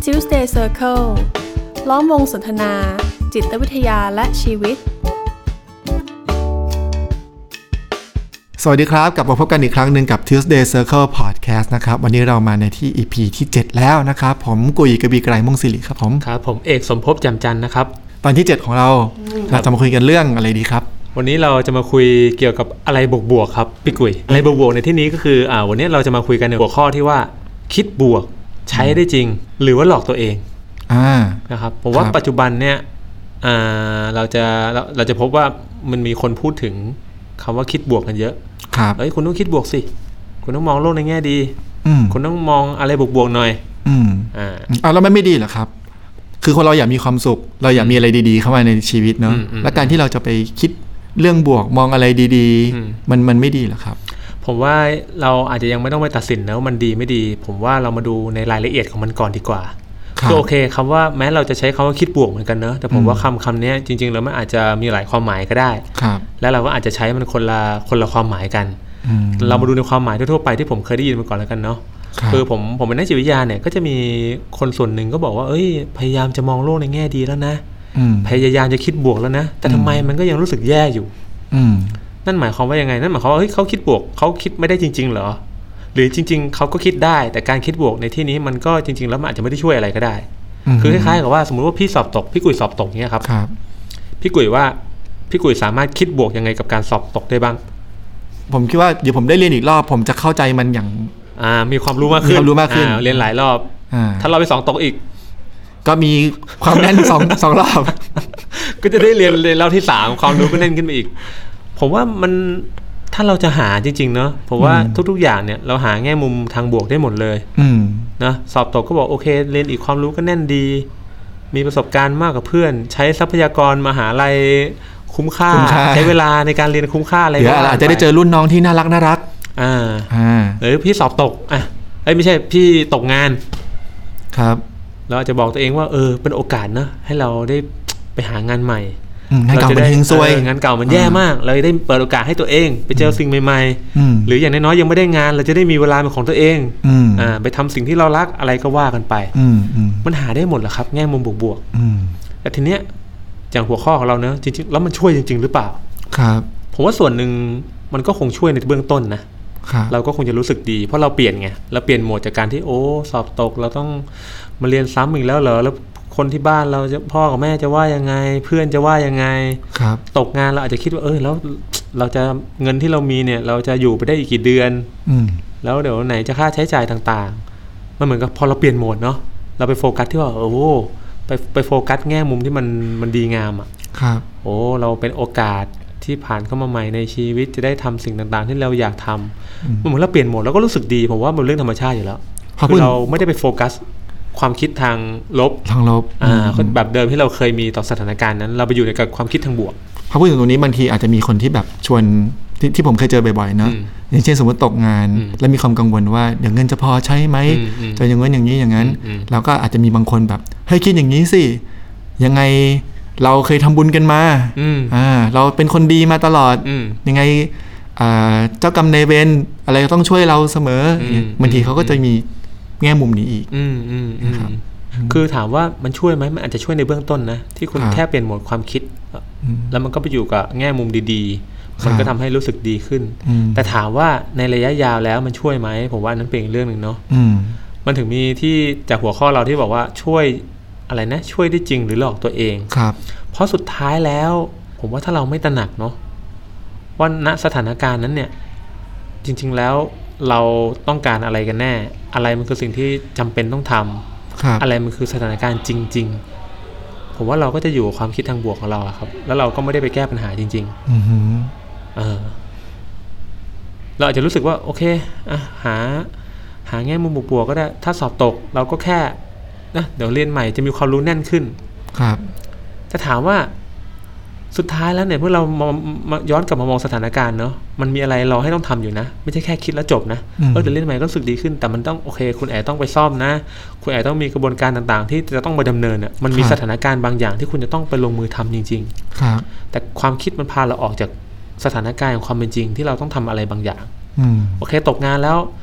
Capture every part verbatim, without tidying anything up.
Tuesday Circle ล้อมวงสนทนาจิตวิทยาและชีวิตสวัสดีครับกลับมาพบกันอีกครั้งหนึ่งกับ Tuesday Circle Podcast นะครับวันนี้เรามาในที่ อี พี ที่เจ็ดแล้วนะครับผมกุยกบีไกรม่วงศิริครับผมครับผมเอกสมภพแจ่มจันทร์นะครับตอนที่เจ็ดของเราเราจะมาคุยกันเรื่องอะไรดีครับวันนี้เราจะมาคุยเกี่ยวกับอะไรบวกๆครับพี่กุยอะไรบวกๆในที่นี้ก็คืออ่าวันนี้เราจะมาคุยกันในหัวข้อที่ว่าคิดบวกใช้ได้จริงหรือว่าหลอกตัวเองอ่านะครับผมว่าปัจจุบันเนี่ยอ่าเราจะเราเราจะพบว่ามันมีคนพูดถึงคำว่าคิดบวกกันเยอะครับเอ้ยคุณต้องคิดบวกสิคุณต้องมองโลกในแง่ดีอืคุณต้องมองอะไรบวกๆหน่อยอืมอ่าอ่าแล้วมันไม่ดีเหรอครับคือคนเราอยากมีความสุขเราอยากมีอะไรดีๆเข้ามาในชีวิตเนาะและการที่เราจะไปคิดเรื่องบวกมองอะไรดีๆมันมันไม่ดีเหรอครับผมว่าเราอาจจะยังไม่ต้องไปตัดสินนะว่ามันดีไม่ดีผมว่าเรามาดูในรายละเอียดของมันก่อนดีกว่าคือโอเคคำว่าแม้เราจะใช้คำว่าคิดบวกเหมือนกันเนอะแต่ผมว่าคำคำนี้จริงๆแล้วมันอาจจะมีหลายความหมายก็ได้แล้วเราก็อาจจะใช้มันคนละคนละความหมายกันเรามาดูในความหมายทั่วๆไปที่ผมเคยได้ยินมาก่อนแล้วกันเนาะคือผมผมเป็นนักจิตวิทยาเนี่ยก็จะมีคนส่วนหนึ่งก็บอกว่าเอ้ยพยายามจะมองโลกในแง่ดีแล้วนะพยายามจะคิดบวกแล้วนะแต่ทำไมมันก็ยังรู้สึกแย่อยู่นั่นหมายความว่ายังไงนั่นหมายความว่าเฮ้ยเขาคิดบวกเขาคิดไม่ได้จริงๆเหรอหรือจริงๆเขาก็คิดได้แต่การคิดบวกในที่นี้มันก็จริงๆแล้วมันอาจจะไม่ได้ช่วยอะไรก็ได้คือคล้ายๆกับว่าสมมุติว่าพี่สอบตกพี่กุยสอบตกเงี้ยครับพี่กุยว่าพี่กุยสามารถคิดบวกยังไงกับการสอบตกได้บ้างผมคิดว่าเดี๋ยวผมได้เรียนอีกรอบผมจะเข้าใจมันอย่างอ่ามีความรู้มากขึ้นความรู้มากขึ้นเรียนหลายรอบถ้าเราไปสองตกอีกก็มีความแน่นสองสองรอบก็จะได้เรียนเรียนรอบที่สามความรู้ก็แน่นขึ้นไปอีกผมว่ามันถ้าเราจะหาจริงๆเนาะผมว่าทุกๆอย่างเนี่ยเราหาแง่มุมทางบวกได้หมดเลยนะสอบตกก็บอกโอเคเรียนอีกความรู้ก็แน่นดีมีประสบการณ์มากกว่าเพื่อนใช้ทรัพยากรมหาลัยคุ้มค่าใช้เวลาในการเรียนคุ้มค่าอะไรก็อาจจะได้เจอรุ่นน้องที่น่ารักน่ารักอ่าหรือพี่สอบตกอ่ะเอ้ยไม่ใช่พี่ตกงานครับเราจะบอกตัวเองว่าเออเป็นโอกาสนะให้เราได้ไปหางานใหม่งานเก่ามันเฮงซวยงานเก่ามันแย่มากเราได้เปิดโอกาสให้ตัวเองไปเจอสิ่งใหม่ๆหรืออย่างน้อยๆยังไม่ได้งานเราจะได้มีเวลาเป็นของตัวเองอ่าไปทำสิ่งที่เรารักอะไรก็ว่ากันไปมันหาได้หมดแหละครับแง่มุมบวกๆแต่ทีเนี้ยอย่างหัวข้อของเราเนอะจริงๆแล้วมันช่วยจริงๆหรือเปล่าครับผมว่าส่วนหนึ่งมันก็คงช่วยในเบื้องต้นนะเราก็คงจะรู้สึกดีเพราะเราเปลี่ยนไงเราเปลี่ยนโหมดจากการที่โอ้สอบตกเราต้องมาเรียนซ้ำอีกแล้วเหรอแล้วคนที่บ้านเราจะพ่อกับแม่จะว่ายังไงเพื่อนจะว่ายังไงตกงานเราอาจจะคิดว่าเออแล้วเราจะเงินที่เรามีเนี่ยเราจะอยู่ไปได้อีกกี่เดือนแล้วเดี๋ยวไหนจะค่าใช้จ่ายต่างๆมันเหมือนกับพอเราเปลี่ยนโหมดเนาะเราไปโฟกัสที่ว่าโอ้ไปไปโฟกัสแง่มุมที่มันมันดีงามอ่ะโอ้เราเป็นโอกาสที่ผ่านเข้ามาใหม่ในชีวิตจะได้ทำสิ่งต่างๆที่เราอยากทำมันเหมือนเราเปลี่ยนโหมดแล้วก็รู้สึกดีผมว่ามันเรื่องธรรมชาติอยู่แล้วคือเราไม่ได้ไปโฟกัสความคิดทางลบทางลบอ่าแบบเดิมที่เราเคยมีต่อสถานการณ์นั้นเราไปอยู่ในกับความคิดทางบวกพอพูดถึงตรงนี้บางทีอาจจะมีคนที่แบบชวนท ที่ผมเคยเจอบ่อยๆเนาะอย่างเช่นสมมติตกงานแล้วมีความกังวลว่าเดี๋ยวเงินจะพอใช้ไหมจะอย่างงั้นอย่างนี้อย่างนั้นแล้วก็อาจจะมีบางคนแบบเฮ้ยคิดอย่างนี้สิยังไงเราเคยทำบุญกันมาอ่าเราเป็นคนดีมาตลอดยังไงเจ้ากรรมนายเวรอะไรต้องช่วยเราเสมอบางทีเขาก็จะมีแง่มุมนี้อีกนะครับคือถามว่ามันช่วยไหมมันอาจจะช่วยในเบื้องต้นนะที่คุณแค่เปลี่ยนโหมดความคิดแล้วมันก็ไปอยู่กับแง่มุมดีๆมันก็ทำให้รู้สึกดีขึ้นแต่ถามว่าในระยะยาวแล้วมันช่วยไหมผมว่านั้นเป็นอีกเรื่องนึงเนาะมันถึงมีที่จากหัวข้อเราที่บอกว่าช่วยอะไรนะช่วยได้จริงหรือหลอกตัวเองครับเพราะสุดท้ายแล้วผมว่าถ้าเราไม่ตระหนักเนาะว่าณสถานการณ์นั้นเนี่ยจริงๆแล้วเราต้องการอะไรกันแน่อะไรมันคือสิ่งที่จำเป็นต้องทำอะไรมันคือสถานการณ์จริงๆผมว่าเราก็จะอยู่กับความคิดทางบวกของเราครับแล้วเราก็ไม่ได้ไปแก้ปัญหาจริงๆอือฮึเออเราอาจจะรู้สึกว่าโอเคอ่ะหาหาแง่มุมบวกๆก็ได้ถ้าสอบตกเราก็แค่นะเดี๋ยวเรียนใหม่จะมีความรู้แน่นขึ้นครับจะถามว่าสุดท้ายแล้วเนี่ยเมื่อเรามาย้อนกลับมามองสถานการณ์เนาะมันมีอะไรเราให้ต้องทำอยู่นะไม่ใช่แค่คิดแล้วจบนะเออเดี๋ยวเล่นใหม่ก็รู้สึกดีขึ้นแต่มันต้องโอเคคุณแอบต้องไปซ่อมนะคุณแอบต้องมีกระบวนการต่างๆที่จะต้องไปดำเนินอ่ะมันมีสถานการณ์บางอย่างที่คุณจะต้องไปลงมือทำจริงๆครับแต่ความคิดมันพาเราออกจากสถานการณ์ของความเป็นจริงที่เราต้องทำอะไรบางอย่างโอเคตกงานแล้ว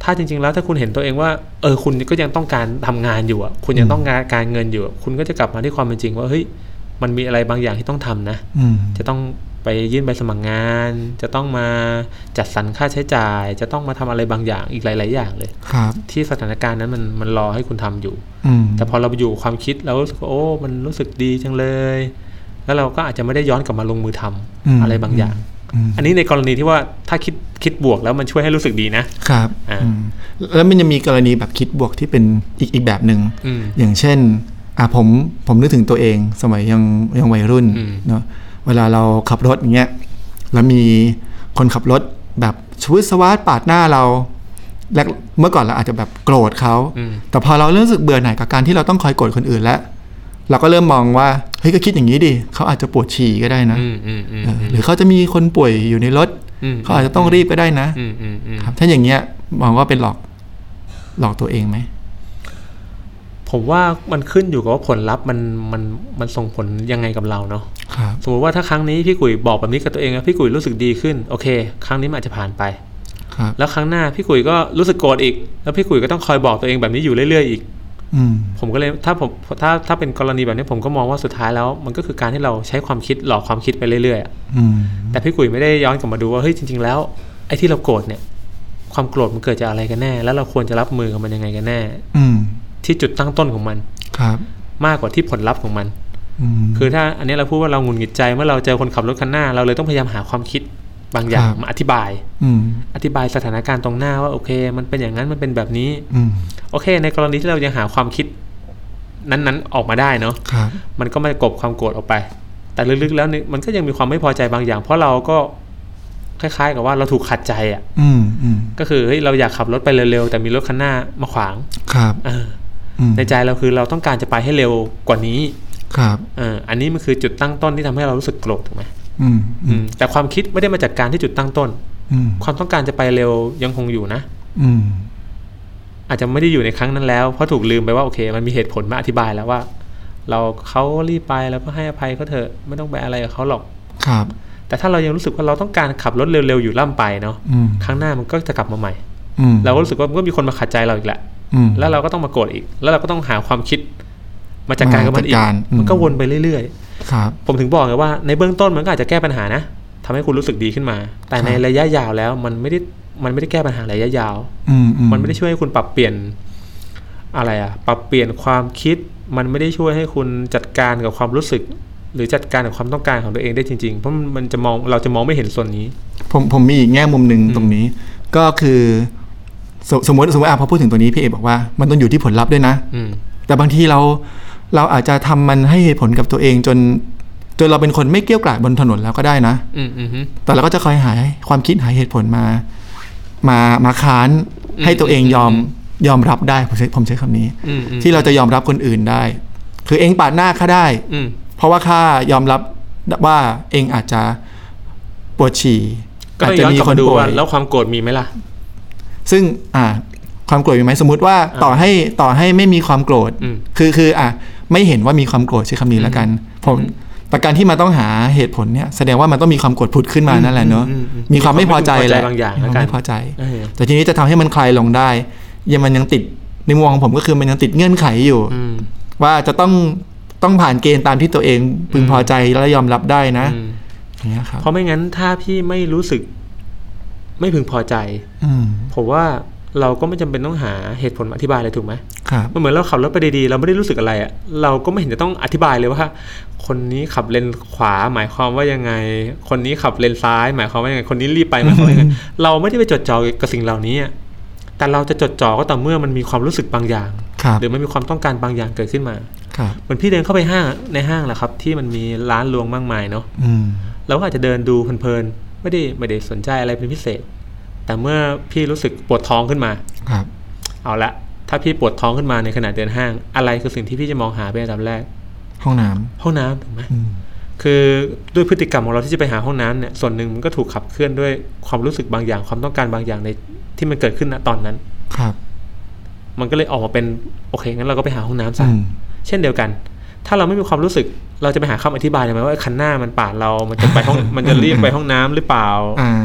ถ้าจริงๆแล้วถ้าคุณเห็นตัวเองว่าเออคุณก็ยังต้องการทำงานอยู่อ่ะคุณยังต้องการการเงินอยู่คุณก็จะกลับมาที่ความเป็นจริงว่าเฮ้ยมันมีอะไรบางอย่างที่ต้องทำนะจะต้องไปยื่นใบสมัครงานจะต้องมาจัดสรรค่าใช้จ่ายจะต้องมาทำอะไรบางอย่างอีกหลายๆอย่างเลยที่สถานการณ์นั้นมันมันรอให้คุณทำอยู่แต่พอเราไปอยู่ความคิดแล้วรู้สึกโอ้มันรู้สึกดีจังเลยแล้วเราก็อาจจะไม่ได้ย้อนกลับมาลงมือทำอะไรบางอย่างอันนี้ในกรณีที่ว่าถ้าคิดคิดบวกแล้วมันช่วยให้รู้สึกดีนะครับแล้วมันจะมีกรณีแบบคิดบวกที่เป็นอีกอีกแบบหนึ่งอย่างเช่นอ่ะผมผมนึกถึงตัวเองสมัยยังยังวัยรุ่นเนาะเวลาเราขับรถอย่างเงี้ยแล้วมีคนขับรถแบบชวิตสวัสดปาดหน้าเราแรกเมื่อก่อนเราอาจจะแบบโกรธเขาแต่พอเรารู้สึกเบื่อหน่ายกับการที่เราต้องคอยโกรธคนอื่นแล้วเราก็เริ่มมองว่าเฮ้ยก็คิดอย่างนี้ดิเขาอาจจะปวดฉี่ก็ได้นะหรือเขาจะมีคนป่วยอยู่ในรถเขาอาจจะต้องรีบก็ได้นะครับถ้าอย่างเงี้ยมองว่าเป็นหลอกหลอกตัวเองไหมผมว่ามันขึ้นอยู่กับว่าผลลัพธ์มันมันมันส่งผลยังไงกับเราเนาะสมมติว่าถ้าครั้งนี้พี่กุ๋ยบอกแบบนี้กับตัวเองแล้วพี่กุ๋ยรู้สึกดีขึ้นโอเคครั้งนี้มันอาจจะผ่านไปแล้วครั้งหน้าพี่กุ๋ยก็รู้สึกโกรธอีกแล้วพี่กุ๋ยก็ต้องคอยบอกตัวเองแบบนี้อยู่เรื่อยๆอีกผมก็เลยถ้าผมถ้าถ้าเป็นกรณีแบบนี้ผมก็มองว่าสุดท้ายแล้วมันก็คือการที่เราใช้ความคิดหลอกความคิดไปเรื่อยๆแต่พี่กุ๋ยไม่ได้ย้อนกลับมาดูว่าเฮ้ยจริงๆแล้วไอ้ที่เราโกรธเนี่ยความโกรธมันเกิดจากอะไรกันแน่แล้วเราควรจะรับมือกับมันยังไงกันแน่ที่จุดตั้งต้นของมันมากกว่าที่ผลลัพธ์ของมันคือถ้าอันนี้เราพูดว่าเราหงุดหงิดใจเมื่อเราเจอคนขับรถคันหน้าเราเลยต้องพยายามหาความคิดบางอย่างมาอธิบายอธิบายสถานการณ์ตรงหน้าว่าโอเคมันเป็นอย่างนั้นมันเป็นแบบนี้โอเคในกรณีที่เรายังหาความคิดนั้นๆออกมาได้เนาะมันก็ไม่กลบความโกรธออกไปแต่ลึกๆแล้วมันก็ยังมีความไม่พอใจบางอย่างเพราะเราก็คล้ายๆกับว่าเราถูกขัดใจอ่ะก็คือเฮ้ยเราอยากขับรถไปเร็วๆแต่มีรถคันหน้ามาขวางในใจเราคือเราต้องการจะไปให้เร็วกว่านี้ครับอันนี้มันคือจุดตั้งต้นที่ทำให้เรารู้สึกโกรธถูกไหมแต่ความคิดไม่ได้มาจากการที่จุดตั้งต้นความต้องการจะไปเร็วยังคงอยู่นะอาจจะไม่ได้อยู่ในครั้งนั้นแล้วเพราะถูกลืมไปว่าโอเคมันมีเหตุผลมาอธิบายแล้วว่าเราเขารีบไปแล้วก็ให้อภัยเขาเถอะไม่ต้องไปอะไรกับเขาหรอกครับแต่ถ้าเรายังรู้สึกว่าเราต้องการขับรถเร็วๆอยู่ล่ำไปเนาะครั้งหน้ามันก็จะกลับมาใหม่เราก็รู้สึกว่ามันก็มีคนมาขัดใจเราอีกแหละแล้วเราก็ต้องมาโกรธอีกแล้วเราก็ต้องหาความคิดมาจัดการกับมันอีกมันก็วนไปเรื่อยๆผมถึงบอกไงว่าในเบื้องต้นมันก็อาจจะแก้ปัญหานะทำให้คุณรู้สึกดีขึ้นมาแต่ในระยะยาวแล้วมันไม่ได้มันไม่ได้แก้ปัญหาระยะยาวมันไม่ได้ช่วยให้คุณปรับเปลี่ยนอะไรอะปรับเปลี่ยนความคิดมันไม่ได้ช่วยให้คุณจัดการกับความรู้สึกหรือจัดการกับความต้องการของตัวเองได้จริงๆเพราะมันจะมองเราจะมองไม่เห็นส่วนนี้ผมผมมีอีกแง่มุมนึงตรงนี้ก็คือสมมติสมมติอ่ะพอพูดถึงตัวนี้พี่เอบอกว่ามันต้องอยู่ที่ผลลัพธ์ด้วยนะแต่บางทีเราเราอาจจะทำมันให้เหตุผลกับตัวเองจนจนเราเป็นคนไม่เกรี้ยวกราดบนถนนแล้วก็ได้นะแต่เราก็จะคอยหาความคิดหาเหตุผลมามามาค้านให้ตัวเองยอมยอมรับได้ผมใช้ผมใช้คำนี้ที่เราจะยอมรับคนอื่นได้คือเองปาดหน้าข้าได้เพราะว่าข้ายอมรับว่าเองอาจจะปวดฉี่อาจจะมีคนป่วยแล้วความโกรธมีไหมล่ะซึ่งอ่าความโกรธมีไหมสมมติว่าต่อให้ต่อให้ไม่มีความโกรธคือคืออ่ะไม่เห็นว่ามีความโกรธใช้คำนี้แล้วกันผมแต่การที่มันต้องหาเหตุผลเนี่ยแสดงว่ามันต้องมีความโกรธผุดขึ้นมานั่นแหละเนาะมีความไม่พอใจแหละไม่พอใจแต่ทีนี้จะทำให้มันคลายลงได้ยังมันยังติดในมุมของผมก็คือมันยังติดเงื่อนไขอยู่ว่าจะต้องต้องผ่านเกณฑ์ตามที่ตัวเองพึงพอใจและยอมรับได้นะอย่างเงี้ยครับเพราะไม่งั้นถ้าพี่ไม่รู้สึกไม่พึงพอใจผมว่าเราก็ไม่จำเป็นต้องหาเหตุผลอธิบายเลยถูกไหมครับมันเหมือนเราขับรถไปดีๆเราไม่ได้รู้สึกอะไรอ่ะเราก็ไม่เห็นจะต้องอธิบายเลยว่าคนนี้ขับเลนขวาหมายความว่ายังไงคนนี้ขับเลนซ้ายหมายความว่ายังไงคนนี้รีบไปหมายความว่ายังไงเราไม่ได้ไปจดจ่อกับสิ่งเหล่านี้แต่เราจะจดจ่อก็ต่อเมื่อมันมีความรู้สึกบางอย่างหรือมันมีความต้องการบางอย่างเกิดขึ้นมาเหมือนพี่เดินเข้าไปห้างในห้างแหละครับที่มันมีร้านรวงมากมายเนาะเราก็อาจจะเดินดูเพลินๆไม่ได้ไม่ได้สนใจอะไรเป็นพิเศษแต่เมื่อพี่รู้สึกปวดท้องขึ้นมาครับเอาละถ้าพี่ปวดท้องขึ้นมาในขณะเดินห้างอะไรคือสิ่งที่พี่จะมองหาเป็นอันดับแรกห้องน้ำห้องน้ำถูกไหมคือด้วยพฤติกรรมของเราที่จะไปหาห้องน้ำเนี่ยส่วนหนึ่งมันก็ถูกขับเคลื่อนด้วยความรู้สึกบางอย่างความต้องการบางอย่างในที่มันเกิดขึ้นณตอนนั้นครับมันก็เลยออกมาเป็นโอเคงั้นเราก็ไปหาห้องน้ำซะเช่นเดียวกันถ้าเราไม่มีความรู้สึกเราจะไปหาคำอธิบายได้ไหมว่าคันหน้ามันปาดเรามันจะไปห้องมันจะรีบไปห้องน้ำหรือเปล่า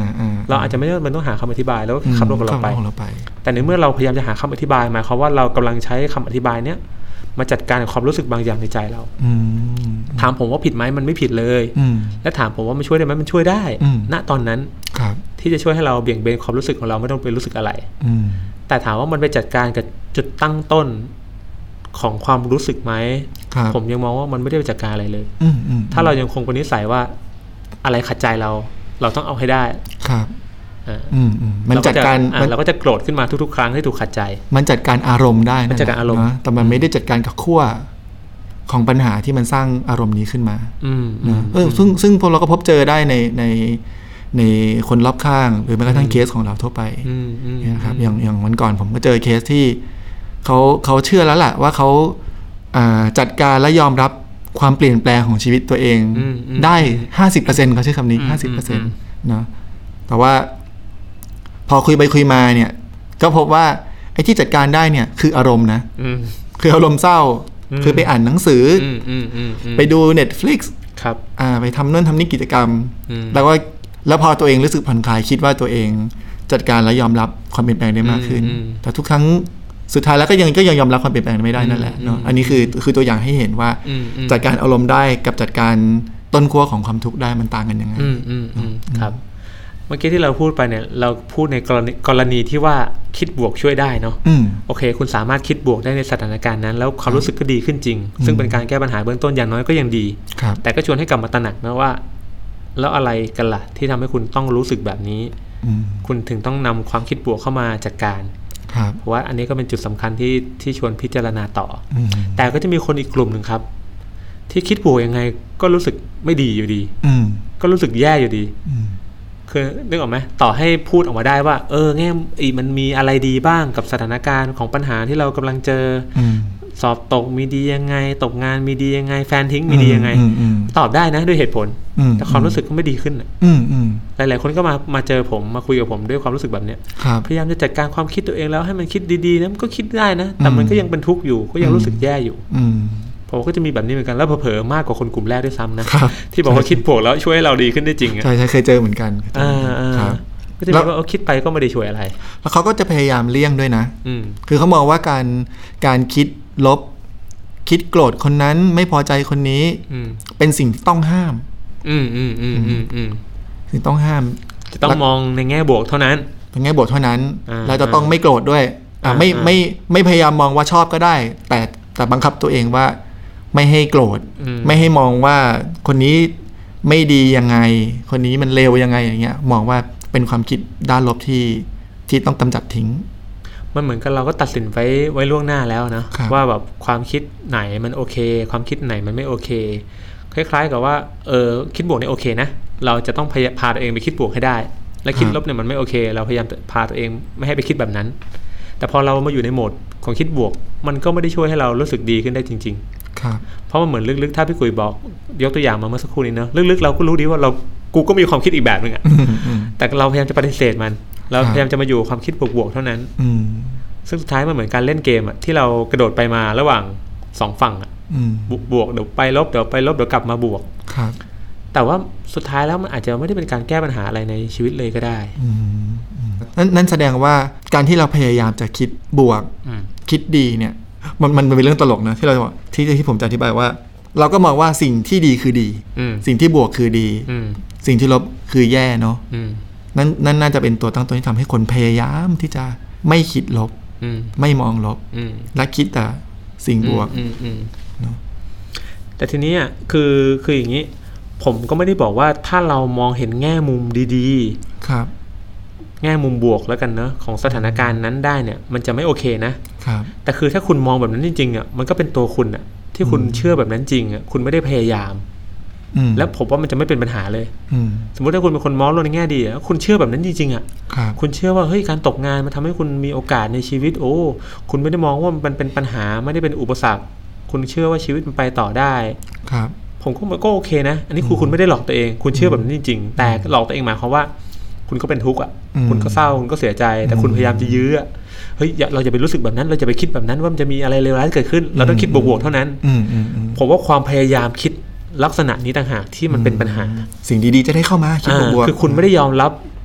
เราอาจจะไม่มันต้องหาคำอธิบายแล้วก็ขับรถของเราไปแต่ในเมื่อเราพยายามจะหาคำอธิบายหมายความว่าเรากำลังใช้คำอธิบายเนี้ยมาจัดการกับความรู้สึกบางอย่างในใจเราถามผมว่าผิดไหมมันไม่ผิดเลยและถามผมว่ามันช่วยได้ไหมมันช่วยได้ณตอนนั้นที่จะช่วยให้เราเบี่ยงเบนความรู้สึกของเราไม่ต้องไปรู้สึกอะไรแต่ถามว่ามันไปจัดการกับจุดตั้งต้นของความรู้สึกไหมผมยังมองว่ามันไม่ได้ไปจัดการอะไรเลยถ้าเรายังคงเป็นนิสัยว่าอะไรขัดใจเราเราต้องเอาให้ได้ครับมันจัดการเราก็จะโกรธขึ้นมาทุกๆครั้งที่ถูกขัดใจมันจัดการอารมณ์ได้นะจัดการอารมณ์แต่มันไม่ได้จัดการกับขั้วของปัญหาที่มันสร้างอารมณ์นี้ขึ้นมานะเออซึ่งซึ่งพวกเราก็พบเจอได้ในในในคนรอบข้างหรือแม้กระทั่งเคสของเราทั่วไปนะครับอย่างอย่างวันก่อนผมก็เจอเคสที่เขาเขาเชื่อแล้วแหละว่าเขาจัดการและยอมรับความเปลี่ยนแปลงของชีวิตตัวเองได้ ห้าสิบเปอร์เซ็นต์ เขาใช้คำนี้ ห้าสิบเปอร์เซ็นต์ เนาะแต่ว่าพอคุยไปคุยมาเนี่ยก็พบว่าไอ้ที่จัดการได้เนี่ยคืออารมณ์นะคืออารมณ์เศร้าคือไปอ่านหนังสือไปดู Netflix ครับอ่าไปทำนู่นทำนี่กิจกรรมแล้วก็แล้วพอตัวเองรู้สึกผ่อนคลายคิดว่าตัวเองจัดการและยอมรับความเปลี่ยนแปลงได้มากขึ้นแต่ทุกครั้งสุดท้ายแล้วก็ยังก็ยังยอมรับความเปลี่ยนแปลงไม่ได้นั่นแหละเนาะอันนี้คือคือตัวอย่างให้เห็นว่าจัดการอารมณ์ได้กับจัดการต้นขั้วของความทุกข์ได้มันต่างกันยังไงครับเมื่อกี้ที่เราพูดไปเนี่ยเราพูดในกรณีกรณีที่ว่าคิดบวกช่วยได้เนาะโอเคคุณสามารถคิดบวกได้ในสถานการณ์นั้นแล้วความรู้สึกก็ดีขึ้นจริงซึ่งเป็นการแก้ปัญหาเบื้องต้นอย่างน้อยก็ยังดีแต่ก็ชวนให้กลับมาตระหนักนะว่าแล้วอะไรกันล่ะที่ทำให้คุณต้องรู้สึกแบบนี้คุณถึงต้องนำความคิดบวกเข้ามาจัดการเพราะว่าอันนี้ก็เป็นจุดสำคัญที่ที่ชวนพิจารณาต่อแต่ก็จะมีคนอีกกลุ่มหนึ่งครับที่คิดบวกยังไงก็รู้สึกไม่ดีอยู่ดีก็รู้สึกแย่อยู่ดีคือนึกออกไหมต่อให้พูดออกมาได้ว่าเออแง่มันมีอะไรดีบ้างกับสถานการณ์ของปัญหาที่เรากำลังเจอสอบตกมีดียังไงตกงานมีดียังไงแฟนทิ้งมีดียังไงตอบได้นะด้วยเหตุผลแต่ความรู้สึกก็ไม่ดีขึ้นหลายๆคนก็มามาเจอผมมาคุยกับผมด้วยความรู้สึกแบบเนี้ยพยายามจะจัดการความคิดตัวเองแล้วให้มันคิดดีๆนะมันก็คิดได้นะแต่มันก็ยังเป็นทุกข์อยู่ก็ยังรู้สึกแย่อยู่ผมก็จะมีแบบนี้เหมือนกันแล้วเผลอๆมากกว่าคนกลุ่มแรกด้วยซ้ำนะที่บอกว่าคิดบวกแล้วช่วยให้เราดีขึ้นได้จริงใช่ใช่เคยเจอเหมือนกันก็จะมีว่าคิดไปก็ไม่ได้ช่วยอะไรแล้วเขาก็จะพยายามเลี่ยงด้วยนะคือเขามองว่าการการคิดลบคิดโกรธคนนั้นไม่พอใจคนนี้เป็นสิ่งที่ต้องห้ามอืมอืมอืมอืมอืมสิ่งต้องห้ามจะต้องมองในแง่บวกเท่านั้นในแง่บวกเท่านั้นเราจะต้องไม่โกรธด้วยอ่าไม่ไม่ไม่พยายามมองว่าชอบก็ได้แต่แต่บังคับตัวเองว่าไม่ให้โกรธไม่ให้มองว่าคนนี้ไม่ดียังไงคนนี้มันเลวยังไงอย่างเงี้ยมองว่าเป็นความคิดด้านลบที่ที่ต้องกำจัดทิ้งมันเหมือนกับเราก็ตัดสินไว้ไว้ล่วงหน้าแล้วนะว่าแบบความคิดไหนมันโอเคความคิดไหนมันไม่โอเคคล้ายๆกับว่าเออคิดบวกเนี่ยโอเคนะเราจะต้องพาตัวเองไปคิดบวกให้ได้และคิดลบเนี่ยมันไม่โอเคเราพยายามพาตัวเองไม่ให้ไปคิดแบบนั้นแต่พอเรามาอยู่ในโหมดของคิดบวกมันก็ไม่ได้ช่วยให้เรารู้สึกดีขึ้นได้จริงๆเพราะมันเหมือนลึกๆถ้าพี่กุยบอกยกตัวอย่างมาเมื่อสักครู่นี้เนอะลึกๆเราก็รู้ดีว่าเรากูก็มีความคิดอีกแบบนึงอ่ะแต่เราพยายามจะปฏิเสธมันเราพยายามจะมาอยู่ความคิดบวกๆเท่านั้นซึ่งสุดท้ายมันเหมือนการเล่นเกมอ่ะที่เรากระโดดไปมาระหว่างสองฝั่งอ่ะบวกเดี๋ยวไปลบเดี๋ยวไปลบเดี๋ยวกลับมาบวกแต่ว่าสุดท้ายแล้วมันอาจจะไม่ได้เป็นการแก้ปัญหาอะไรในชีวิตเลยก็ได้นั่นแสดงว่าการที่เราพยายามจะคิดบวกคิดดีเนี่ยมันมันเป็นเรื่องตลกนะที่เราบอกที่ที่ผมจะอธิบายว่าเราก็มองว่าสิ่งที่ดีคือดีสิ่งที่บวกคือดีสิ่งที่ลบคือแย่เนาะนั่นนั่นน่าจะเป็นตัวตั้งต้นที่ทำให้คนพยายามที่จะไม่คิดลบไม่มองลบและคิดแต่สิ่งบวกเนาะแต่ทีนี้คือคืออย่างนี้ผมก็ไม่ได้บอกว่าถ้าเรามองเห็นแง่มุมดีๆครับแง่มุมบวกแล้วกันเนอะของสถานการณ์นั้นได้เนี่ยมันจะไม่โอเคนะครับแต่คือถ้าคุณมองแบบนั้นจริงๆอ่ะมันก็เป็นตัวคุณอ่ะที่คุณเชื่อแบบนั้นจริงอ่ะคุณไม่ได้พยายามแล้วผมว่ามันจะไม่เป็นปัญหาเลยสมมติถ้าคุณเป็นคนมองโลกในแง่ดีอ่ะคุณเชื่อแบบนั้นจริงๆอ่ะคุณเชื่อว่าเฮ้ยการตกงานมันทำให้คุณมีโอกาสในชีวิตโอ้คุณไม่ได้มองว่ามันเป็นปัญหาไม่ได้เป็นอุปสรรคคุณเชื่อว่าชีวิตมันไปต่อได้ครับผมก็ก็โอเคนะอันนี้คือคุณไม่ได้หลอกตัวเองคุณเชื่อแบบนั้นจริงๆแต่หลอกตัวเองหมายความว่าคุณก็เป็นทุกข์อ่ะคุณก็เศร้าคุณก็เสียใจแต่คุณพยายามจะยื้อเฮ้ยเราจะไปรู้สึกแบบนั้นเราจะไปคิดแบบนั้นว่ามันจะมีอะไรเลวร้ายเกิดขึ้นเราต้องคิดบวกๆเท่านั้นผมว่าความพยายามคิดลักษณะนี้ต่างหากที่มันเป็นปัญหาสิ่งดีๆจะได้เข้ามาคิดบวกๆคือคุณไม่ได้ยอมรับ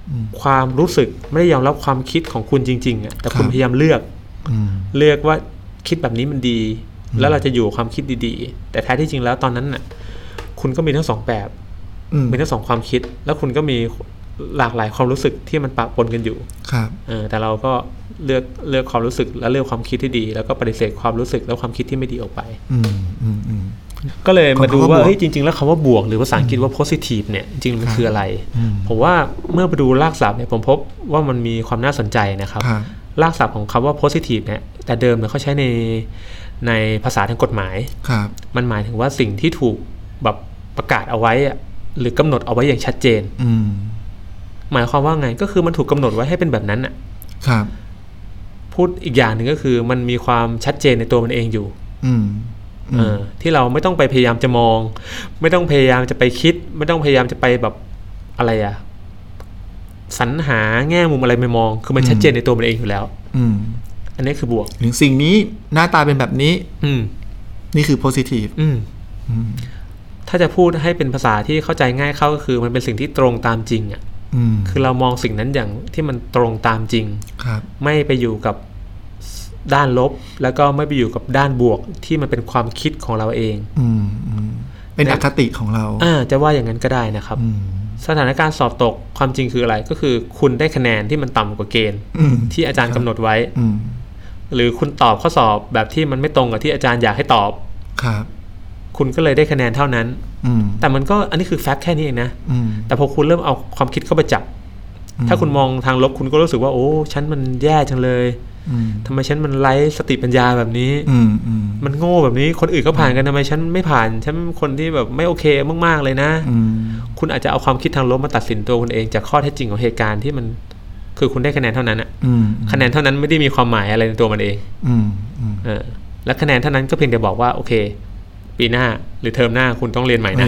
ความรู้สึกไม่ได้ยอมรับความคิดของคุณจริงๆอ่ะแต่คุณพยายามเลือกเลือกว่าคิดแบบนี้มันดีแล้วเราจะอยู่ความคิดดีๆแต่แท้ที่จริงแล้วตอนนั้นน่ะคุณก็มีทั้งสองแบบมีทั้งสองความคิดแล้วคุณก็มีหลากหลายความรู้สึกที่มันปะปนกันอยู่ครับเออแต่เราก็เลือกเลือกความรู้สึกและเลือกความคิดที่ดีแล้วก็ปฏิเสธความรู้สึกและความคิดที่ไม่ดีออกไปอืมอืมอืมก็เลยมาดูว่าเฮ้ยจริงๆแล้วคำว่าบวกหรือภาษาอังกฤษว่า positive เนี่ยจริงๆมันคืออะไรผมว่าเมื่อไปดูรากศัพท์เนี่ยผมพบว่ามันมีความน่าสนใจนะครับรากศัพท์ของคำว่า positive เนี่ยแต่เดิมเนี่ยเขาใช้ในในภาษาทางกฎหมายมันหมายถึงว่าสิ่งที่ถูกแบบประกาศเอาไว้หรือกำหนดเอาไว้อย่างชัดเจนหมายความว่าไงก็คือมันถูกกำหนดไว้ให้เป็นแบบนั้นอ่ะพูดอีกอย่างหนึ่งก็คือมันมีความชัดเจนในตัวมันเองอยู่เออที่เราไม่ต้องไปพยายามจะมองไม่ต้องพยายามจะไปคิดไม่ต้องพยายามจะไปแบบอะไรอะสรรหาแง่มุมอะไรไม่มองคือมันชัดเจนในตัวมันเองอยู่แล้วอันนี้คือบวกสิ่งนี้หน้าตาเป็นแบบนี้นี่คือ positive ถ้าจะพูดให้เป็นภาษาที่เข้าใจง่ายเข้าก็คือมันเป็นสิ่งที่ตรงตามจริงอ่ะคือเรามองสิ่งนั้นอย่างที่มันตรงตามจริงไม่ไปอยู่กับด้านลบแล้วก็ไม่ไปอยู่กับด้านบวกที่มันเป็นความคิดของเราเองเป็นอคติของเราอ่าจะว่าอย่างนั้นก็ได้นะครับสถานการณ์สอบตกความจริงคืออะไรก็คือคุณได้คะแนนที่มันต่ำกว่าเกณฑ์ที่อาจารย์กำหนดไว้หรือคุณตอบข้อสอบแบบที่มันไม่ตรงกับที่อาจารย์อยากให้ตอบครับคุณก็เลยได้คะแนนเท่านั้นแต่มันก็อันนี้คือแฟกต์แค่นี้เองนะแต่พอคุณเริ่มเอาความคิดเข้าไปจับถ้าคุณมองทางลบคุณก็รู้สึกว่าโอ้ฉันมันแย่จังเลยทำไมฉันมันไร้สติปัญญาแบบนี้มันโง่แบบนี้คนอื่นเขาผ่านกันทำไมฉันไม่ผ่านฉันคนที่แบบไม่โอเคมากๆเลยนะคุณอาจจะเอาความคิดทางลบมาตัดสินตัวคุณเองจากข้อเท็จจริงของเหตุการณ์ที่มันคือคุณได้คะแนนเท่านั้นอ่ะคะแนนเท่านั้นไม่ได้มีความหมายอะไรในตัวมันเองเออและคะแนนเท่านั้นก็เพียงแต่บอกว่าโอเคปีหน้าหรือเทอมหน้าคุณต้องเรียนใหม่นะ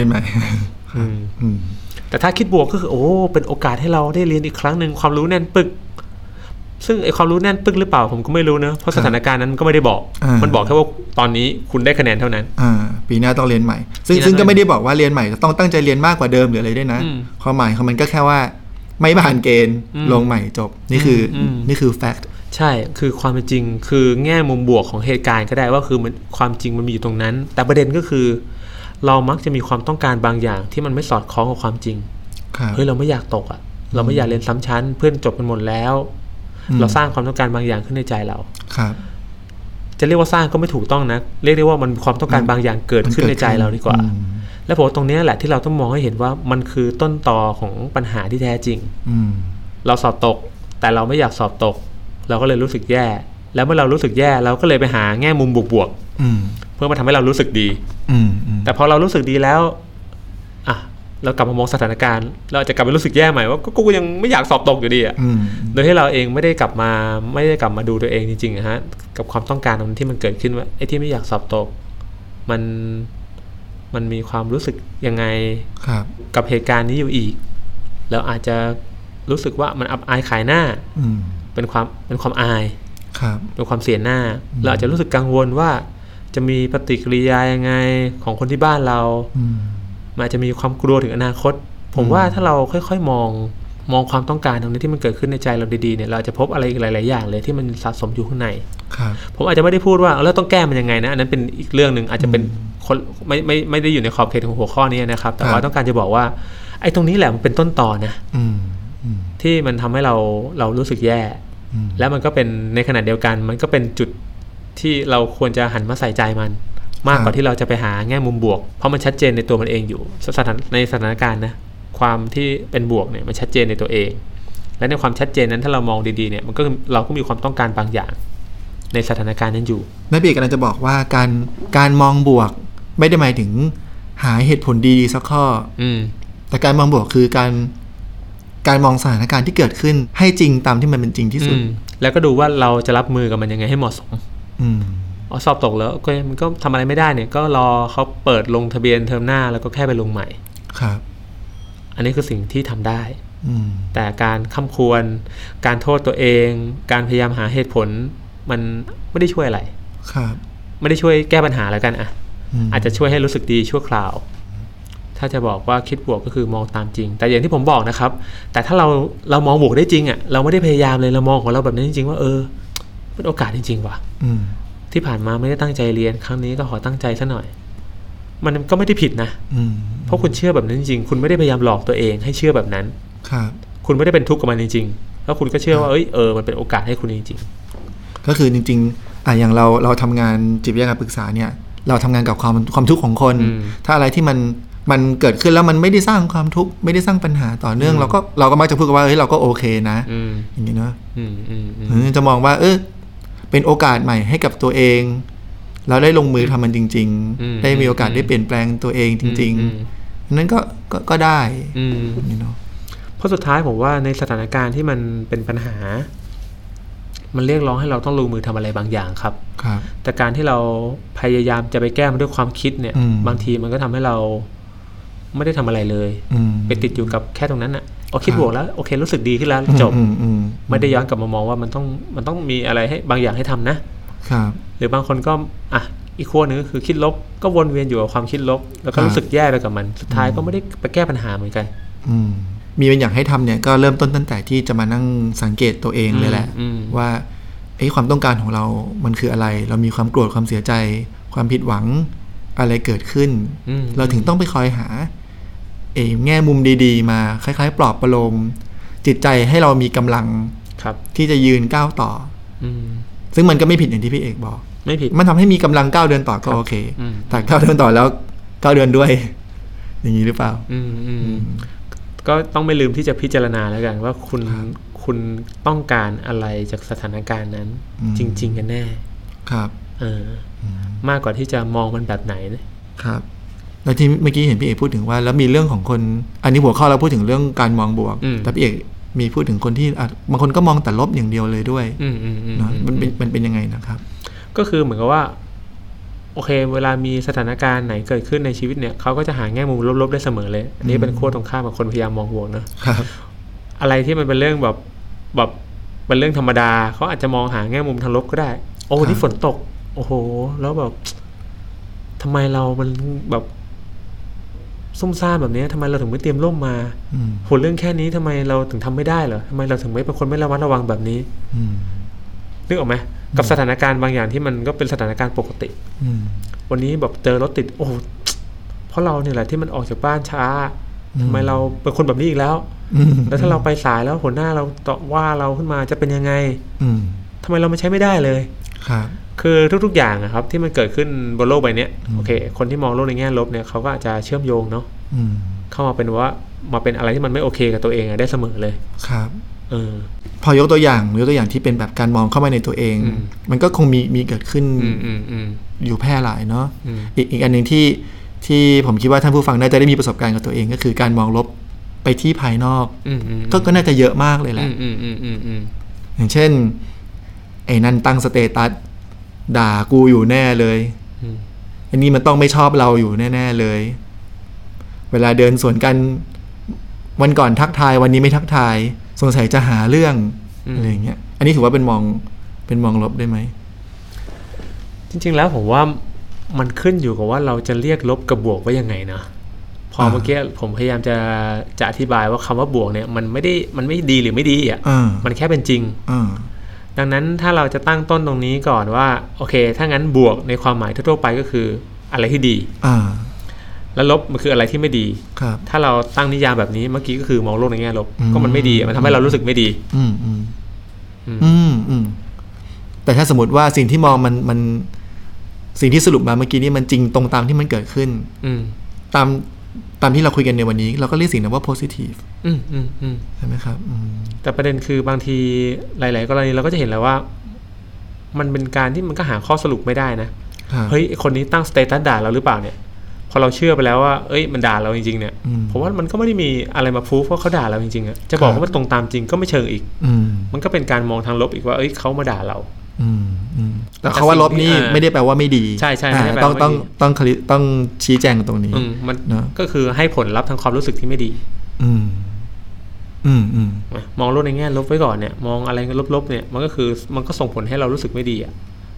แต่ถ้าคิดบวกก็คือโอ้เป็นโอกาสให้เราได้เรียนอีกครั้งหนึ่งความรู้แน่นปึกซึ่งไอความรู้แน่นปึกหรือเปล่าผมก็ไม่รู้นะเพราะสถานการณ์นั้นก็ไม่ได้บอกมันบอกแค่ว่าตอนนี้คุณได้คะแนนเท่านั้นปีหน้าต้องเรียนใหม่ซึ่งซึ่งก็ไม่ได้บอกว่าเรียนใหม่ต้องตั้งใจเรียนมากกว่าเดิมหรืออะไรด้วยนะความหมายของมันก็แค่ว่าไม่ผ่านเกณฑ์ลงใหม่จบนี่คือนี่คือแฟกต์ใช่คือความเป็นจริงคือแง่มุมบวกของเหตุการณ์ก็ได้ว่าคือมันความจริงมันมีอยู่ตรงนั้นแต่ประเด็นก็คือเรามักจะมีความต้องการบางอย่างที่มันไม่สอดคล้องกับความจริงเฮ้ยเราไม่อยากตกอ่ะเราไม่อยากเรียนซ้ำชั้นเพื่อนจบกันหมดแล้วเราสร้างความต้องการบางอย่างขึ้นในใจเราครับจะเรียกว่าสร้างก็ไม่ถูกต้องนะเรียกได้ว่ามันความต้องการบางอย่างเกิดขึ้นในใจเราดีกว่าและผมตรงนี้แหละที่เราต้องมองให้เห็นว่ามันคือต้นตอของปัญหาที่แท้จริงเราสอบตกแต่เราไม่อยากสอบตกเราก็เลยรู้สึกแย่แล้วเมื่อเรารู้สึกแย่เราก็เลยไปหาแง่มุมบวกๆเพื่อมาทำให้เรารู้สึกดีแต่พอเรารู้สึกดีแล้วอ่ะเรากลับมามองสถานการณ์เราจะกลับไปรู้สึกแย่ใหม่ว่าก็กูยังไม่อยากสอบตกอยู่ดีอ่ะโดยที่เราเองไม่ได้กลับมาไม่ได้กลับมาดูตัวเองจริงๆนะฮะกับความต้องการนั้นที่มันเกิดขึ้นว่าไอ้ที่ไม่อยากสอบตกมันมันมีความรู้สึกยังไงกับเหตุการณ์นี้อยู่อีกแล้วอาจจะรู้สึกว่ามันอับอายขายหน้าเป็นความเป็นความอายเป็นความเสียหน้าเราอาจจะรู้สึกกังวลว่าจะมีปฏิกิริยายังไงของคนที่บ้านเรามันอาจจะมีความกลัวถึงอนาคตผมว่าถ้าเราค่อยๆมองมองความต้องการตรงนี้ที่มันเกิดขึ้นในใจเราดีๆเนี่ยเราจะพบอะไรอีกหลายๆอย่างเลยที่มันสะสมอยู่ข้างในผมอาจจะไม่ได้พูดว่าแล้วต้องแก้มันยังไงนะอันนั้นเป็นอีกเรื่องนึงอาจจะเป็นคนไม่ไม่ไม่ได้อยู่ในขอบเขตของหัวข้อนี้นะครับแต่ว่าต้องการจะบอกว่าไอ้ตรงนี้แหละมันเป็นต้นตอนะที่มันทำให้เราเรารู้สึกแย่แล้วมันก็เป็นในขณะเดียวกันมันก็เป็นจุดที่เราควรจะหันมาใส่ใจมันมากกว่าที่เราจะไปหาแง่มุมบวกเพราะมันชัดเจนในตัวมันเองอยู่สถานในสถานการณ์นะความที่เป็นบวกเนี่ยมันชัดเจนในตัวเองและในความชัดเจนนั้นถ้าเรามองดีๆเนี่ยมันก็เราก็มีความต้องการบางอย่างในสถานการณ์นั้นอยู่แม่ปีกำลังจะบอกว่าการการมองบวกไม่ได้หมายถึงหาเหตุผลดีๆสักข้อแต่การมองบวกคือการการมองสถานการณ์ที่เกิดขึ้นให้จริงตามที่มันเป็นจริงที่สุดแล้วก็ดูว่าเราจะรับมือกับมันยังไงให้เหมาะสมอ๋อสอบตกแล้วก็มันก็ทำอะไรไม่ได้เนี่ยก็รอเขาเปิดลงทะเบียนเทอมหน้าแล้วก็แค่ไปลงใหม่ครับอันนี้คือสิ่งที่ทำได้แต่การค้ำควรการโทษตัวเองการพยายามหาเหตุผลมันไม่ได้ช่วยอะไรครับไม่ได้ช่วยแก้ปัญหาแล้วกันอ่ะอาจจะช่วยให้รู้สึกดีชั่วคราวถ้าจะบอกว่าคิดบวกก็คือมองตามจริงแต่อย่างที่ผมบอกนะครับแต่ถ้าเราเรามองบวกได้จริงอ่ะเราไม่ได้พยายามเลยเรามองของเราแบบนั้นจริงๆว่าเออเป็นโอกาสจริงๆว่ะที่ผ่านมาไม่ได้ตั้งใจเรียนครั้งนี้ก็ขอตั้งใจซะหน่อยมันก็ไม่ได้ผิดนะเพราะคุณเชื่อแบบนั้นจริงๆคุณไม่ได้พยายามหลอกตัวเองให้เชื่อแบบนั้นครับคุณไม่ได้เป็นทุกข์กับมันจริงๆแล้วคุณก็เชื่อว่าเอ้ยเออมันเป็นโอกาสให้คุณจริงๆก็คือจริงๆอ่ะอย่างเราเราทำงานจิตวิทยาการปรึกษาเนี่ยเราทำงานกับความความทุกข์ของคนถ้าอะไรที่มันมันเกิดขึ้นแล้วมันไม่ได้สร้างความทุกข์ไม่ได้สร้างปัญหาต่อเนื่องเราก็เราก็มักจะพูดกันว่าเฮ้ยเราก็โอเคนะอย่างนี้เนาะจะมองว่าเออเป็นโอกาสใหม่ให้กับตัวเองเราได้ลงมือทำมันจริงๆได้มีโอกาสได้เปลี่ยนแปลงตัวเองจริงๆนั้นก็ก็ก็ได้นี่เนาะเพราะสุดท้ายผมว่าในสถานการณ์ที่มันเป็นปัญหามันเรียกร้องให้เราต้องลงมือทำอะไรบางอย่างครับครับแต่การที่เราพยายามจะไปแก้มันด้วยความคิดเนี่ยบางทีมันก็ทำให้เราไม่ได้ทำอะไรเลยไปติดอยู่กับแค่ตรงนั้นอ่ะเอาคิดบวกแล้วโอเครู้สึกดีขึ้นแล้วจบไม่ได้ย้อนกลับมามองว่ามันต้องมันต้องมีอะไรให้บางอย่างให้ทำนะครับหรือบางคนก็อ่ะอีกขั้วนึงก็คือคิดลบก็วนเวียนอยู่กับความคิดลบแล้วก็รู้สึกแย่ไปกับมันสุดท้ายก็ไม่ได้ไปแก้ปัญหาเหมือนกันมีเป็นอย่างให้ทำเนี่ยก็เริ่มต้นตั้งแต่ที่จะมานั่งสังเกตตัวเองเลยแหละว่าไอ้ความต้องการของเรามันคืออะไรเรามีความโกรธความเสียใจความผิดหวังอะไรเกิดขึ้นเราถึงต้องไปคอยหาเอแง่มุมดีๆมาคล้ายๆปลอบประโลมจิตใจให้เรามีกำลังที่จะยืนก้าวต่อซึ่งมันก็ไม่ผิดอย่างที่พี่เอกบอกไม่ผิดมันทำให้มีกำลังก้าวเดินต่อก็โอเคแต่ก้าวเดินต่อแล้วก้าวเดินด้วยอย่างนี้หรือเปล่าก็ต้องไม่ลืมที่จะพิจารณาแล้วกันว่าคุณคุณต้องการอะไรจากสถานการณ์นั้นจริงๆกันแน่ครับเออมากกว่าที่จะมองมันแบบไหนนะครับแล้วที่เมื่อกี้เห็นพี่เอกพูดถึงว่าแล้วมีเรื่องของคนอันนี้หัวข้อเราพูดถึงเรื่องการมองบวกแต่พี่เอกมีพูดถึงคนที่บางคนก็มองแต่ลบอย่างเดียวเลยด้วยเนาะมันเป็นมันเป็นยังไงนะครับก็คือเหมือนกับว่าโอเคเวลามีสถานการณ์ไหนเกิดขึ้นในชีวิตเนี่ยเขาก็จะหาแง่มุมลบๆได้เสมอเลยอันนี้เป็นขั้วตรงข้ามกับคนพยายามมองบวกนะครับอะไรที่มันเป็นเรื่องแบบแบบเป็นเรื่องธรรมดาเขาอาจจะมองหาแง่มุมทางลบก็ได้โอ้ที่ฝนตกโอ้โหแล้วแบบทำไมเรามันแบบซุ่มซ่ามแบบนี้ทำไมเราถึงไม่เตรียมร่มมาโหเรื่องแค่นี้ทำไมเราถึงทำไม่ได้เหรอทำไมเราถึงไม่เป็นคนไม่ระมัดระวังแบบนี้นึกออกไหมกับสถานการณ์บางอย่างที่มันก็เป็นสถานการณ์ปกติวันนี้แบบเจอรถติดโอ้เพราะเราเนี่ยแหละที่มันออกจากบ้านช้าทำไมเราเป็นคนแบบนี้อีกแล้วแล้วถ้าเราไปสายแล้วหัวหน้าเราต่อว่าเราขึ้นมาจะเป็นยังไงทำไมเราไม่ใช้ไม่ได้เลยครับคือทุกๆอย่างนะครับที่มันเกิดขึ้นบนโลกใบนี้โอเคคนที่มองโลกในแง่ลบเนี่ยเขาก็อาจจะเชื่อมโยงเนาะเข้ามาเป็นว่ามาเป็นอะไรที่มันไม่โอเคกับตัวเองได้เสมอเลยครับเออพอยกตัวอย่างยกตัวอย่างที่เป็นแบบการมองเข้ามาในตัวเองมันก็คงมีมีเกิดขึ้นอยู่แพร่หลายเนาะอีกอีกอันหนึ่งที่ที่ผมคิดว่าท่านผู้ฟังน่าจะได้มีประสบการณ์กับตัวเองก็คือการมองลบไปที่ภายนอกก็ก็น่าจะเยอะมากเลยแหละอย่างเช่นไอ้นั่นตั้งสเตตัสด่ากูอยู่แน่เลยอันนี้มันต้องไม่ชอบเราอยู่แน่ๆเลยเวลาเดินสวนกันวันก่อนทักทายวันนี้ไม่ทักทายสงสัยจะหาเรื่องอะไรอย่างเงี้ยอันนี้ถือว่าเป็นมองเป็นมองลบได้ไหมจริงๆแล้วผมว่ามันขึ้นอยู่กับว่าเราจะเรียกลบกับบวกว่ายังไงนะพอเมื่อกี้ผมพยายามจะจะอธิบายว่าคำว่าบวกเนี่ยมันไม่ได้มันไม่ดีหรือไม่ดีอ่ะมันแค่เป็นจริงดังนั้นถ้าเราจะตั้งต้นตรงนี้ก่อนว่าโอเคถ้างั้นบวกในความหมายทั่วๆไปก็คืออะไรที่ดีแล้วลบมันคืออะไรที่ไม่ดีถ้าเราตั้งนิยามแบบนี้เมื่อกี้ก็คือมองโลกในแง่ลบก็มันไม่ดีมันทำให้เรารู้สึกไม่ดีอืมอืมอืมอืมแต่ถ้าสมมติว่าสิ่งที่มองมันมันสิ่งที่สรุปมาเมื่อกี้นี้มันจริงตรงตามที่มันเกิดขึ้นตามตามที่เราคุยกันในวันนี้เราก็เรียกสิ่งนั้นว่า positive อืมอืมอืมใช่ไหมครับแต่ประเด็นคือบางทีหลายๆกรณีเราก็จะเห็นแล้วว่ามันเป็นการที่มันก็หาข้อสรุปไม่ได้นะเฮ้ยคนนี้ตั้งสเตตัสด่าเราหรือเปล่าเนี่ยพอเราเชื่อไปแล้วว่าเอ้ยมันด่าเราจริงๆเนี่ยเพราะว่ามันก็ไม่ได้มีอะไรมาพูฟว่าเขาด่าเราจริงๆอ่ะจะบอกว่ามันตรงตามจริงก็ไม่เชิงอีกมันก็เป็นการมองทางลบอีกว่าเอ้ยเขามาด่าเราแต่เขาว่าลบนี่ไม่ได้แปลว่าไม่ดีใช่ใช่ต้องต้องต้องต้องชี้แจงตรงนี้มันก็คือให้ผลลัพธ์ทางความรู้สึกที่ไม่ดีมองโลกในแง่ลบไว้ก่อนเนี่ยมองอะไรลบๆเนี่ยมันก็คือมันก็ส่งผลให้เรารู้สึกไม่ดีอ่ะ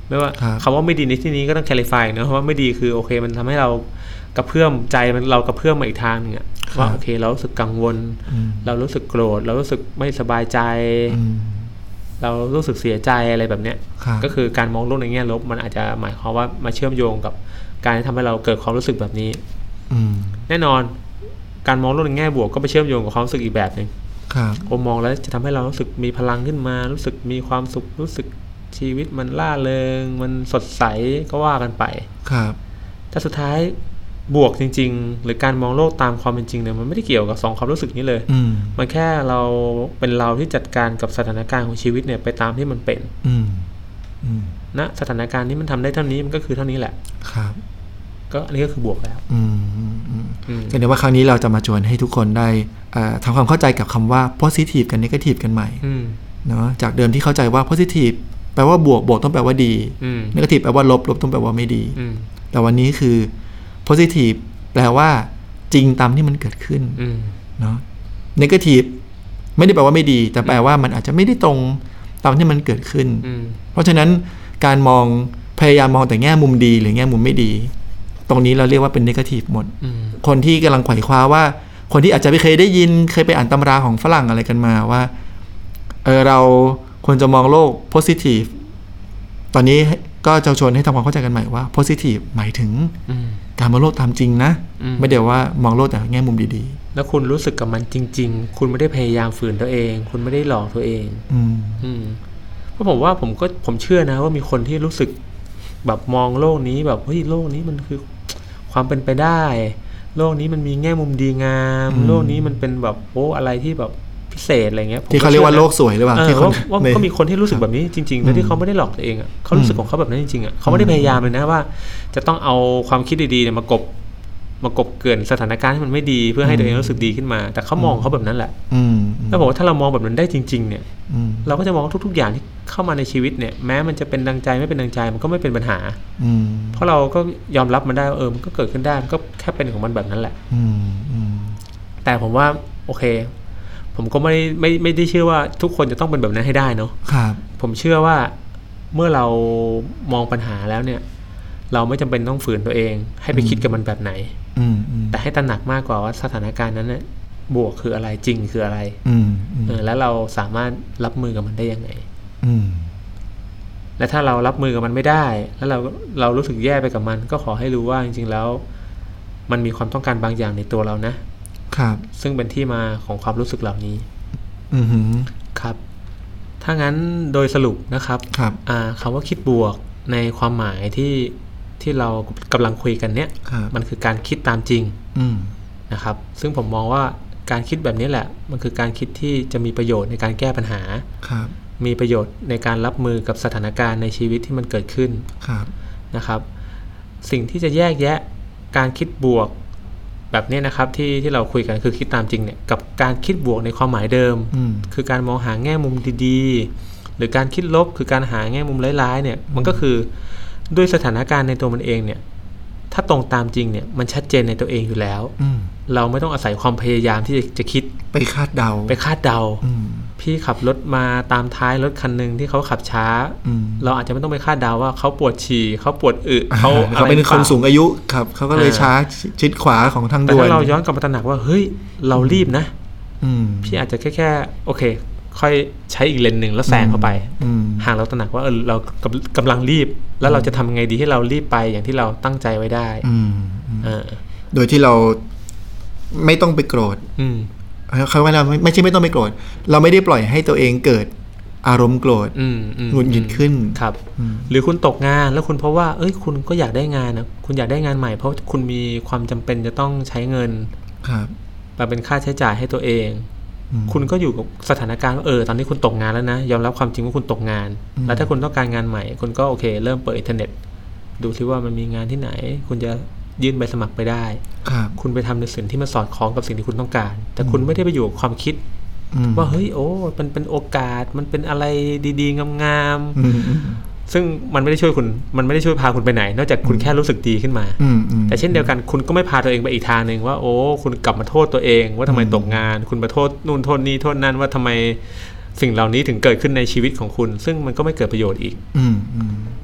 ไม่ว่าคำว่าไม่ดีในที่นี้ก็ต้อง clarify เนอะว่าไม่ดีคือโอเคมันทำให้เรากระเพื่อมใจมันเรากระเพื่อมมาอีกทางนึงอะว่าโอเคเรารู้สึกกังวลเรารู้สึกโกรธเรารู้สึกไม่สบายใจเรารู้สึกเสียใจอะไรแบบเนี้ยก็คือการมองโลกในแง่ลบมันอาจจะหมายความว่ามาเชื่อมโยงกับการที่ทำให้เราเกิดความรู้สึกแบบนี้แน่นอนการมองโลกในแง่บวกก็ไปเชื่อมโยงกับความรู้สึกอีกแบบนึงผมมองแล้วจะทำให้เรารู้สึกมีพลังขึ้นมารู้สึกมีความสุขรู้สึกชีวิตมันล่าเริงมันสดใสก็ว่ากันไปครับแต่สุดท้ายบวกจริงๆหรือการมองโลกตามความเป็นจริงเนี่ยมันไม่ได้เกี่ยวกับสองความรู้สึกนี้เลยมันแค่เราเป็นเราที่จัดการกับสถานการณ์ของชีวิตเนี่ยไปตามที่มันเป็นณสถานการณ์นี้มันทำได้เท่านี้มันก็คือเท่านี้แหละครับก็อันนี้ก็คือบวกแล้วก็เดี๋ยวว่าครั้งนี้เราจะมาชวนให้ทุกคนได้ทำความเข้าใจกับคำว่า positive กับ negative กันใหม่เนาะจากเดิมที่เข้าใจว่า positive แปลว่าบวกบวกต้องแปลว่าดี negative แปลว่าลบลบต้องแปลว่าไม่ดีแต่วันนี้คือ positive แปลว่าจริงตามที่มันเกิดขึ้นเนาะ negative ไม่ได้แปลว่าไม่ดีแต่แปลว่ามันอาจจะไม่ได้ตรงตามที่มันเกิดขึ้นเพราะฉะนั้นการมองพยายามมองแต่แง่มุมดีหรือแง่มุมไม่ดีตรงนี้เราเรียกว่าเป็น negative หมดคนที่กำลังไขว่คว้าว่าคนที่อาจจะไม่เคยได้ยินเคยไปอ่านตำราของฝรั่งอะไรกันมาว่าเออเราควรจะมองโลก positive ตอนนี้ก็จะชวนให้ทำความเข้าใจกันใหม่ว่า positive หมายถึงการมองโลกตามจริงนะไม่เดี๋ยวว่ามองโลกแต่แง่มุมดีๆแล้วคุณรู้สึกกับมันจริงๆคุณไม่ได้พยายามฝืนตัวเองคุณไม่ได้หลอกตัวเองเพราะผมว่าผมก็ผมเชื่อนะว่ามีคนที่รู้สึกแบบมองโลกนี้แบบเฮ้ยโลกนี้มันคือความเป็นไปได้โลกนี้มันมีแง่มุมดีงามโลกนี้มันเป็นแบบโอ้อะไรที่แบบพิเศษอะไรเงี้ยที่เขาเรียกว่าโลกสวยหรือเปล่าที่เขาว่าก็มีคนที่รู้สึกแบบนี้จริงๆแล้วที่เขาไม่ได้หลอกตัวเองอ่ะเขารู้สึกของเขาแบบนั้นจริงๆอ่ะเขาไม่ได้พยายามเลยนะว่าจะต้องเอาความคิดดีๆเนี่ยมากบมากบเกินสถานการณ์ที่มันไม่ดีเพื่อให้ตัวเองรู้สึกดีขึ้นมาแต่เขามองเขาแบบนั้นแหละแล้วบอกว่าถ้าเรามองแบบนั้นได้จริงๆเนี่ยเราก็จะมองทุกๆอย่างที่เข้ามาในชีวิตเนี่ยแม้มันจะเป็นดังใจไม่เป็นดังใจมันก็ไม่เป็นปัญหาเพราะเราก็ยอมรับมันได้เออมันก็เกิดขึ้นได้มันก็แค่เป็นของมันแบบนั้นแหละแต่ผมว่าโอเคผมก็ไม่ไม่ไม่ได้เชื่อว่าทุกคนจะต้องเป็นแบบนั้นให้ได้เนาะผมเชื่อว่าเมื่อเรามองปัญหาแล้วเนี่ยเราไม่จำเป็นต้องฝืนตัวเองให้ไปคิดกับมันแบบไหนแต่ให้ตระหนักมากกว่าว่าสถานการณ์นั้นเนี่ยบวกคืออะไรจริงคืออะไรเออแล้วเราสามารถรับมือกับมันได้ยังไงและถ้าเรารับมือกับมันไม่ได้แล้วเราเรารู้สึกแย่ไปกับมันก็ขอให้รู้ว่าจริงๆแล้วมันมีความต้องการบางอย่างในตัวเรานะครับซึ่งเป็นที่มาของความรู้สึกเหล่านี้อือหือครับถ้างั้นโดยสรุปนะครับครับอ่าคำว่าคิดบวกในความหมายที่ที่เรากำลังคุยกันเนี้ยมันคือการคิดตามจริงนะครับซึ่งผมมองว่าการคิดแบบนี้แหละมันคือการคิดที่จะมีประโยชน์ในการแก้ปัญหามีประโยชน์ในการรับมือกับสถานการณ์ในชีวิตที่มันเกิดขึ้นนะครับสิ่งที่จะแยกแยะการคิดบวกแบบนี้นะครับที่ที่เราคุยกันคือคิดตามจริงเนี่ยกับการคิดบวกในความหมายเดิมคือการมองหาแง่มุมดีๆหรือการคิดลบคือการหาแง่มุมร้ายๆเนี่ยมันก็คือด้วยสถานการณ์ในตัวมันเองเนี่ยถ้าตรงตามจริงเนี่ยมันชัดเจนในตัวเองอยู่แล้วเราไม่ต้องอาศัยความพยายามที่จะจะคิดไปคาดเดาไปคาดเดาพี่ขับรถมาตามท้ายรถคันนึงที่เขาขับช้าเราอาจจะไม่ต้องไปคาดเดาว่าเขาปวดฉี่เขาปวดอึเขาเขาเป็นคนสูงอายุครับเขาก็เลยช้าชิดขวาของทางด่วนแต่ถ้าเราย้อนกลับมาตระหนักว่าเฮ้ยเรารีบนะพี่อาจจะแค่แค่โอเคค่อยใช้อีกเลนหนึ่งแล้วแซงเข้าไปหากเราตระหนักว่าเออเรากำลังรีบแล้วเราจะทำไงดีให้เรารีบไปอย่างที่เราตั้งใจไว้ได้โดยที่เราไม่ต้องไปโกรธเขาว่าเราไม่ใช่ไม่ต้องไปโกรธเราไม่ได้ปล่อยให้ตัวเองเกิดอารมณ์โกรธหงุดหงิดขึ้นครับหรือคุณตกงานแล้วคุณเพราะว่าเอ้ยคุณก็อยากได้งานนะคุณอยากได้งานใหม่เพราะคุณมีความจำเป็นจะต้องใช้เงินครับมาเป็นค่าใช้จ่ายให้ตัวเองคุณก็อยู่กับสถานการณ์ว่าเออตอนนี้คุณตกงานแล้วนะยอมรับความจริงว่าคุณตกงานแล้วถ้าคุณต้องการงานใหม่คุณก็โอเคเริ่มเปิดอินเทอร์เน็ตดูซิว่ามันมีงานที่ไหนคุณจะยื่นใบสมัครไปได้คุณไปทำในสิ่งที่มันสอดคล้องกับสิ่งที่คุณต้องการแต่คุณไม่ได้ไปอยู่กับความคิดว่าเฮ้ยโอ้มันเป็นโอกาสมันเป็นอะไรดีๆงามๆซึ่งมันไม่ได้ช่วยคุณมันไม่ได้ช่วยพาคุณไปไหนนอกจากคุณแค่รู้สึกดีขึ้นมาแต่เช่นเดียวกันคุณก็ไม่พาตัวเองไปอีกทางนึงว่าโอ้คุณกลับมาโทษตัวเองว่าทำไมตกงานคุณมาโทษนู่นโทษนี่โทษนั่นว่าทำไมสิ่งเหล่านี้ถึงเกิดขึ้นในชีวิตของคุณซึ่งมันก็ไม่เกิดประโยชน์อีก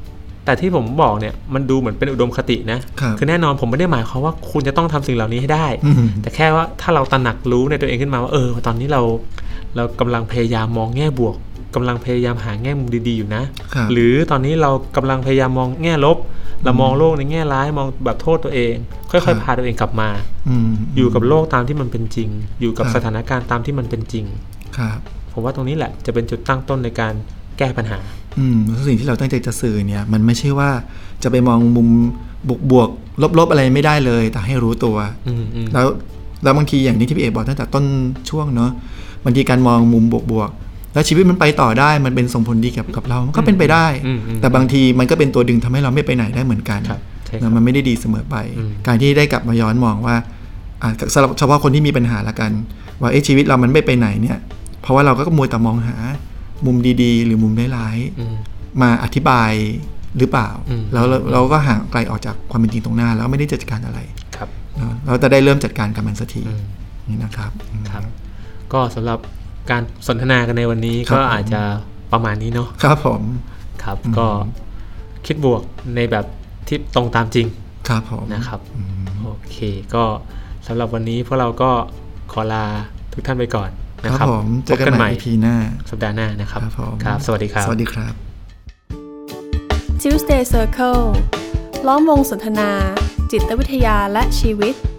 แต่ที่ผมบอกเนี่ยมันดูเหมือนเป็นอุดมคตินะ คือแน่นอนผมไม่ได้หมายความว่าคุณจะต้องทำสิ่งเหล่านี้ให้ได้แต่แค่ว่าถ้าเราตระหนักรู้ในตัวเองขึ้นมาว่าเออตอนนี้เราเรากำลังพยายามมองแง่บวกกำลังพยายามหาแง่มุมดีๆอยู่นะหรือตอนนี้เรากำลังพยายามมองแง่ลบเรามองโลกในแง่ร้ายมองแบบโทษตัวเองค่อยๆพาตัวเองกลับมาอยู่กับโลกตามที่มันเป็นจริงอยู่กับสถานการณ์ตามที่มันเป็นจริงผมว่าตรงนี้แหละจะเป็นจุดตั้งต้นในการแก้ปัญหาอืมสิ่งที่เราตั้งใจจะสื่อเนี่ยมันไม่ใช่ว่าจะไปมองมุมบวกๆลบๆอะไรไม่ได้เลยแต่ให้รู้ตัวแล้วแล้วบางทีอย่างที่พี่เอกบอกตั้งแต่ต้นช่วงเนาะบางทีการมองมุมบวกๆแล้วชีวิตมันไปต่อได้มันเป็นส่งผลดีกับกับเราก็เป็นไปได้แต่บางทีมันก็เป็นตัวดึงทำให้เราไม่ไปไหนได้เหมือนกันมันไม่ได้ดีเสมอไปการที่ได้กลับมาย้อนมองว่าสำหรับเฉพาะคนที่มีปัญหาละกันว่าเอ๊ะชีวิตเรามันไม่ไปไหนเนี่ยเพราะว่าเราก็มัวแต่มองหามุมดีๆหรือมุมร้ายๆมาอธิบายหรือเปล่าแล้วเราก็ห่างไกลออกจากความเป็นจริงตรงหน้าแล้วไม่ได้จัดการอะไรเราจะได้เริ่มจัดการกับมันสักทีนี่นะครับครับก็สำหรับการสนทนากันในวันนี้ก็อาจจะประมาณนี้เนาะครับผมครับก็คิดบวกในแบบที่ตรงตามจริงครับผมนะครับโอเคก็สำหรับวันนี้พวกเราก็ขอลาทุกท่านไปก่อนนะครับผมเจอกันใหม่ อี พี หน้าสัปดาห์หน้านะครับครับสวัสดีครับสวัสดีครับ Tuesday Circle ล้อมวงสนทนาจิตวิทยาและชีวิต